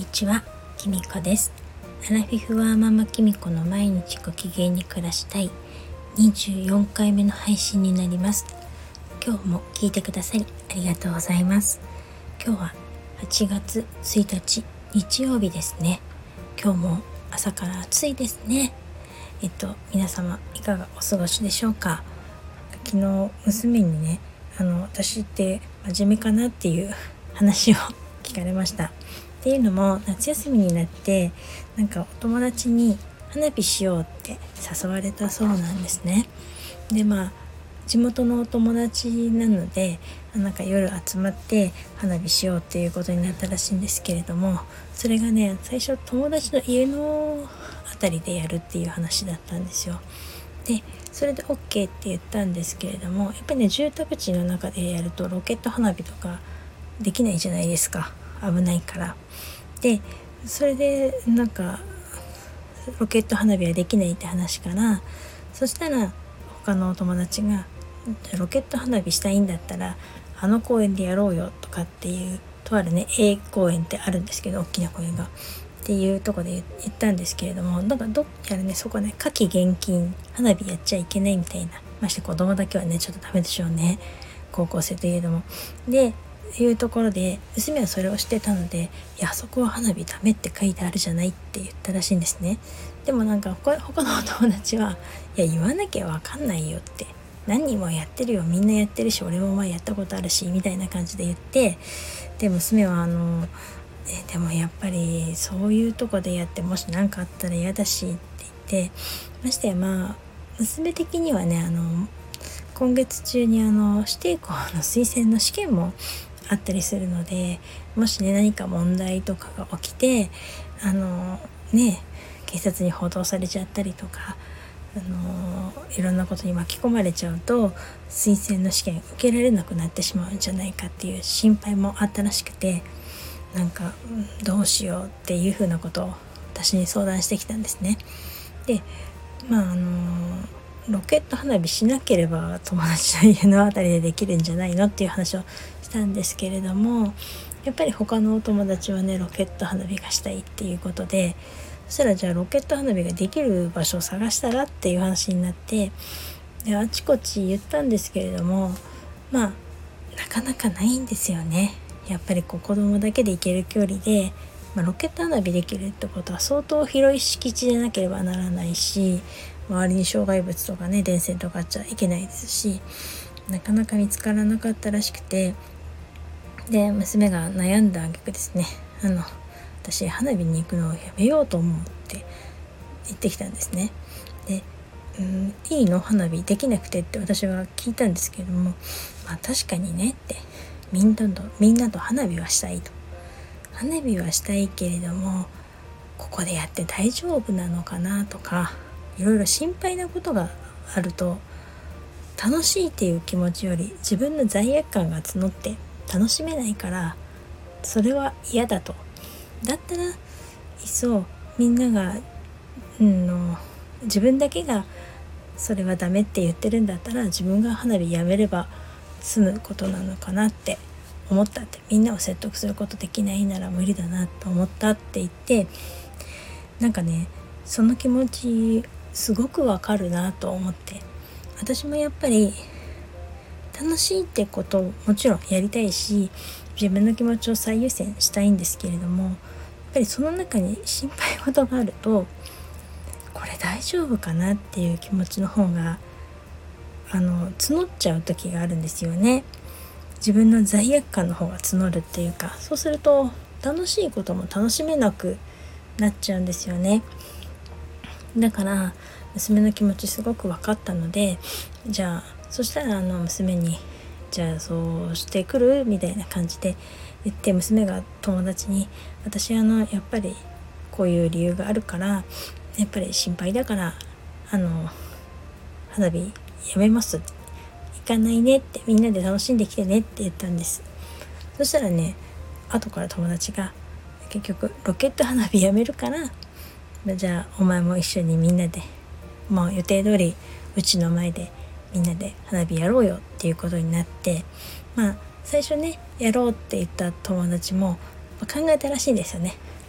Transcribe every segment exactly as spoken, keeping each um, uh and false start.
ちは、きみこです。アラフィフワーママきみこの毎日ご機嫌に暮らしたいにじゅうよんかいめの配信になります。今日も聞いてくださりありがとうございます。今日ははちがつついたち日曜日ですね。今日も朝から暑いですね。えっと皆様いかがお過ごしでしょうか。昨日娘にね、あの私って真面目かなっていう話を聞かれました。っていうのも、夏休みになってなんかお友達に花火しようって誘われたそうなんですね。でまあ地元のお友達なので、なんか夜集まって花火しようっていうことになったらしいんですけれども、それがね、最初友達の家のあたりでやるっていう話だったんですよ。でそれで オーケー って言ったんですけれども、やっぱりね、住宅地の中でやるとロケット花火とかできないじゃないですか。危ないから。でそれでなんかロケット花火はできないって話から、そしたら他のお友達がロケット花火したいんだったらあの公園でやろうよとかっていう、とあるね A 公園ってあるんですけど、大きな公園がっていうとこで言ったんですけれども、なんかどっやらね、そこね、夏季厳禁、花火やっちゃいけないみたいな、まして子供だけはねちょっとダメでしょうね、高校生といえども。でいうところで娘はそれをしてたので、いや、あそこは花火ダメって書いてあるじゃないって言ったらしいんですね。でもなんか 他, 他のお友達は、いや言わなきゃわかんないよって、何人もやってるよ、みんなやってるし、俺も前やったことあるしみたいな感じで言って、で娘はあのえでもやっぱりそういうとこでやってもし何かあったら嫌だしって言って、ましてやまあ娘的にはね、あの今月中にあの指定校の推薦の試験もあったりするので、もしね何か問題とかが起きて、あのね警察に報道されちゃったりとか、あのいろんなことに巻き込まれちゃうと推薦の試験受けられなくなってしまうんじゃないかっていう心配もあったらしくて、なんかどうしようっていうふうなことを私に相談してきたんですね。でまああのロケット花火しなければ友達の家のあたりでできるんじゃないのっていう話をしたんですけれども、やっぱり他のお友達はねロケット花火がしたいっていうことで、そしたらじゃあロケット花火ができる場所を探したらっていう話になって、であちこち言ったんですけれども、まあなかなかないんですよね。やっぱりこう子供だけで行ける距離で、まあ、ロケット花火できるってことは相当広い敷地でなければならないし、周りに障害物とかね電線とかあっちゃいけないですし、なかなか見つからなかったらしくて、で娘が悩んだ挙句ですね、あの私花火に行くのをやめようと思うって言ってきたんですね。でうん、いいの花火できなくてって私は聞いたんですけれども、まあ確かにねって、みんなとみんなと花火はしたいと、花火はしたいけれどもここでやって大丈夫なのかなとか、いろいろ心配なことがあると、楽しいっていう気持ちより自分の罪悪感が募って楽しめないから、それは嫌だと。だったらいっそみんなが、うん、の自分だけがそれはダメって言ってるんだったら、自分が花火やめれば済むことなのかなって思ったって、みんなを説得することできないなら無理だなと思ったって言って、なんかねその気持ちすごくわかるなと思って、私もやっぱり楽しいってことをもちろんやりたいし、自分の気持ちを最優先したいんですけれども、やっぱりその中に心配事があると、これ大丈夫かなっていう気持ちの方があの募っちゃう時があるんですよね。自分の罪悪感の方が募るっていうか、そうすると楽しいことも楽しめなくなっちゃうんですよね。だから娘の気持ちすごく分かったので、じゃあそしたらあの娘に、じゃあそうしてくるみたいな感じで言って、娘が友達に、私あのやっぱりこういう理由があるから、やっぱり心配だからあの花火やめます、行かないねって、みんなで楽しんできてねって言ったんです。そしたらね、後から友達が、結局ロケット花火やめるから、じゃあお前も一緒にみんなで、もう予定通りうちの前でみんなで花火やろうよっていうことになって、まあ最初ねやろうって言った友達も考えたらしいんですよね。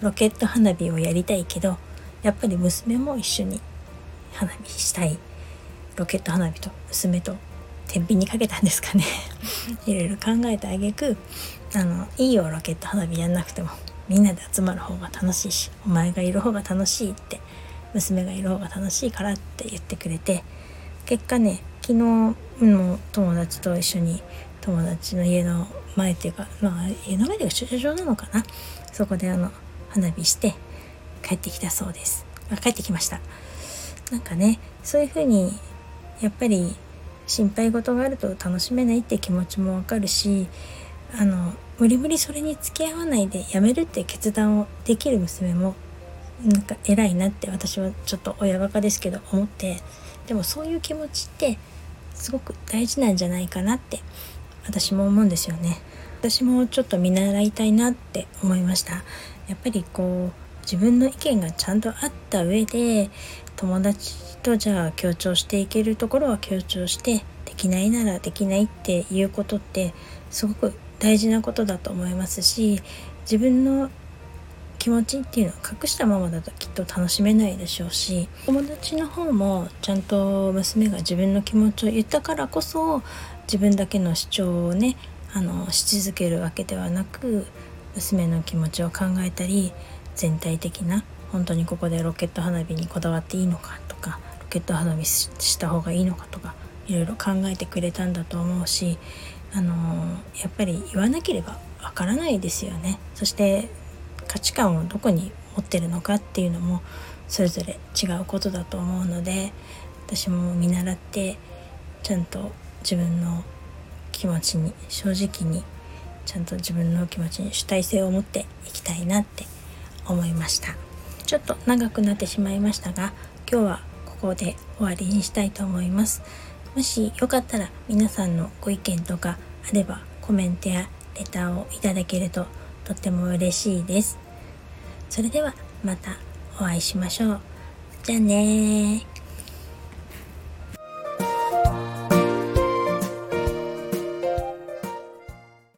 ロケット花火をやりたいけど、やっぱり娘も一緒に花火したい。ロケット花火と娘と天秤にかけたんですかねいろいろ考えた挙句、あのいいよロケット花火やんなくても、みんなで集まる方が楽しいし、お前がいる方が楽しいって、娘がいる方が楽しいからって言ってくれて、結果ね、昨日の友達と一緒に友達の家の前っていうか、まあ家の前で駐車場なのかな、そこであの花火して帰ってきたそうです。あ、帰ってきました。なんかね、そういう風にやっぱり心配事があると楽しめないって気持ちもわかるし、あの無理無理それに付き合わないでやめるって決断をできる娘もなんか偉いなって、私はちょっと親バカですけど思って、でもそういう気持ちってすごく大事なんじゃないかなって私も思うんですよね。私もちょっと見習いたいなって思いました。やっぱりこう自分の意見がちゃんとあった上で、友達とじゃあ協調していけるところは協調して、できないならできないっていうことってすごく大事なことだと思いますし、自分の気持ちっていうのを隠したままだときっと楽しめないでしょうし、友達の方もちゃんと娘が自分の気持ちを言ったからこそ、自分だけの主張をねあのし続けるわけではなく、娘の気持ちを考えたり、全体的な本当にここでロケット花火にこだわっていいのかとか、ロケット花火した方がいいのかとか、いろいろ考えてくれたんだと思うし、あのやっぱり言わなければわからないですよね。そして価値観をどこに持ってるのかっていうのもそれぞれ違うことだと思うので、私も見習ってちゃんと自分の気持ちに正直に、ちゃんと自分の気持ちに主体性を持っていきたいなって思いました。ちょっと長くなってしまいましたが、今日はここで終わりにしたいと思います。もしよかったら皆さんのご意見とかあればコメントやレターをいただけるととっても嬉しいです。それではまたお会いしましょう。じゃあねー。